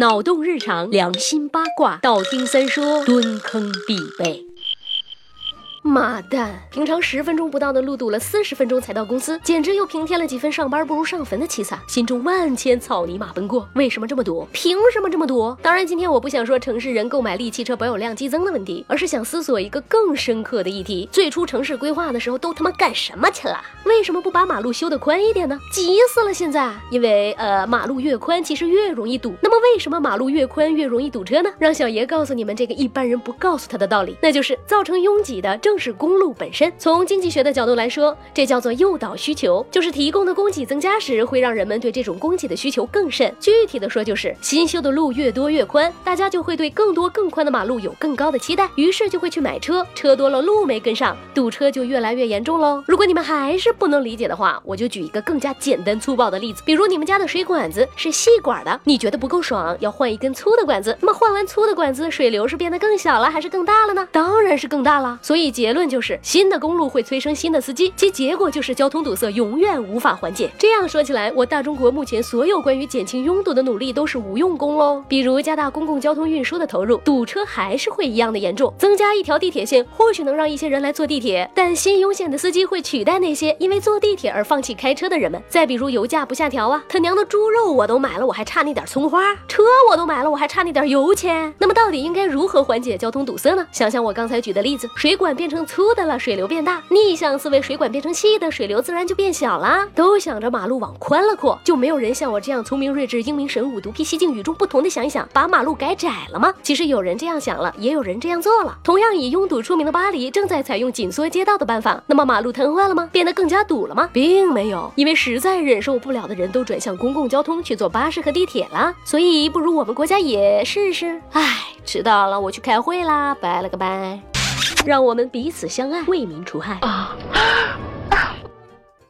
脑洞日常，良心八卦，道听三说，蹲坑必备。妈蛋！平常10分钟不到的路堵了40分钟才到公司，简直又平添了几分上班不如上坟的凄惨，心中万千草泥马奔过。为什么这么多？凭什么这么多？当然，今天我不想说城市人购买力、汽车保有量激增的问题，而是想思索一个更深刻的议题：最初城市规划的时候都他妈干什么去了？为什么不把马路修得宽一点呢？急死了！现在，因为马路越宽，其实越容易堵。那么为什么马路越宽越容易堵车呢？让小爷告诉你们这个一般人不告诉他的道理，那就是造成拥挤的正是公路本身。从经济学的角度来说，这叫做诱导需求，就是提供的供给增加时，会让人们对这种供给的需求更甚。具体的说，就是新修的路越多越宽，大家就会对更多更宽的马路有更高的期待，于是就会去买车，车多了路没跟上，堵车就越来越严重喽。如果你们还是不能理解的话，我就举一个更加简单粗暴的例子，比如你们家的水管子是细管的，你觉得不够爽，要换一根粗的管子，那么换完粗的管子，水流是变得更小了还是更大了呢？当然是更大了。所以结论就是新的公路会催生新的司机，其结果就是交通堵塞永远无法缓解。这样说起来，我大中国目前所有关于减轻拥堵的努力都是无用功喽。比如加大公共交通运输的投入，堵车还是会一样的严重。增加一条地铁线或许能让一些人来坐地铁，但新涌现的司机会取代那些因为坐地铁而放弃开车的人们。再比如油价不下调啊，他娘的猪肉我都买了，我还差那点葱花；车我都买了，我还差那点油钱。那么到底应该如何缓解交通堵塞呢？想想我刚才举的例子，水管变成粗的了，水流变大，逆向思维，水管变成细的，水流自然就变小啦。都想着马路往宽了扩，就没有人像我这样聪明睿智、英明神武、独辟蹊径、与众不同的想一想，把马路改窄了吗？其实有人这样想了，也有人这样做了。同样以拥堵出名的巴黎正在采用紧缩街道的办法，那么马路瘫痪了吗？变得更加堵了吗？并没有，因为实在忍受不了的人都转向公共交通去坐巴士和地铁啦。所以不如我们国家也试试。唉，迟到了，我去开会啦，拜了个拜。让我们彼此相爱，为民除害。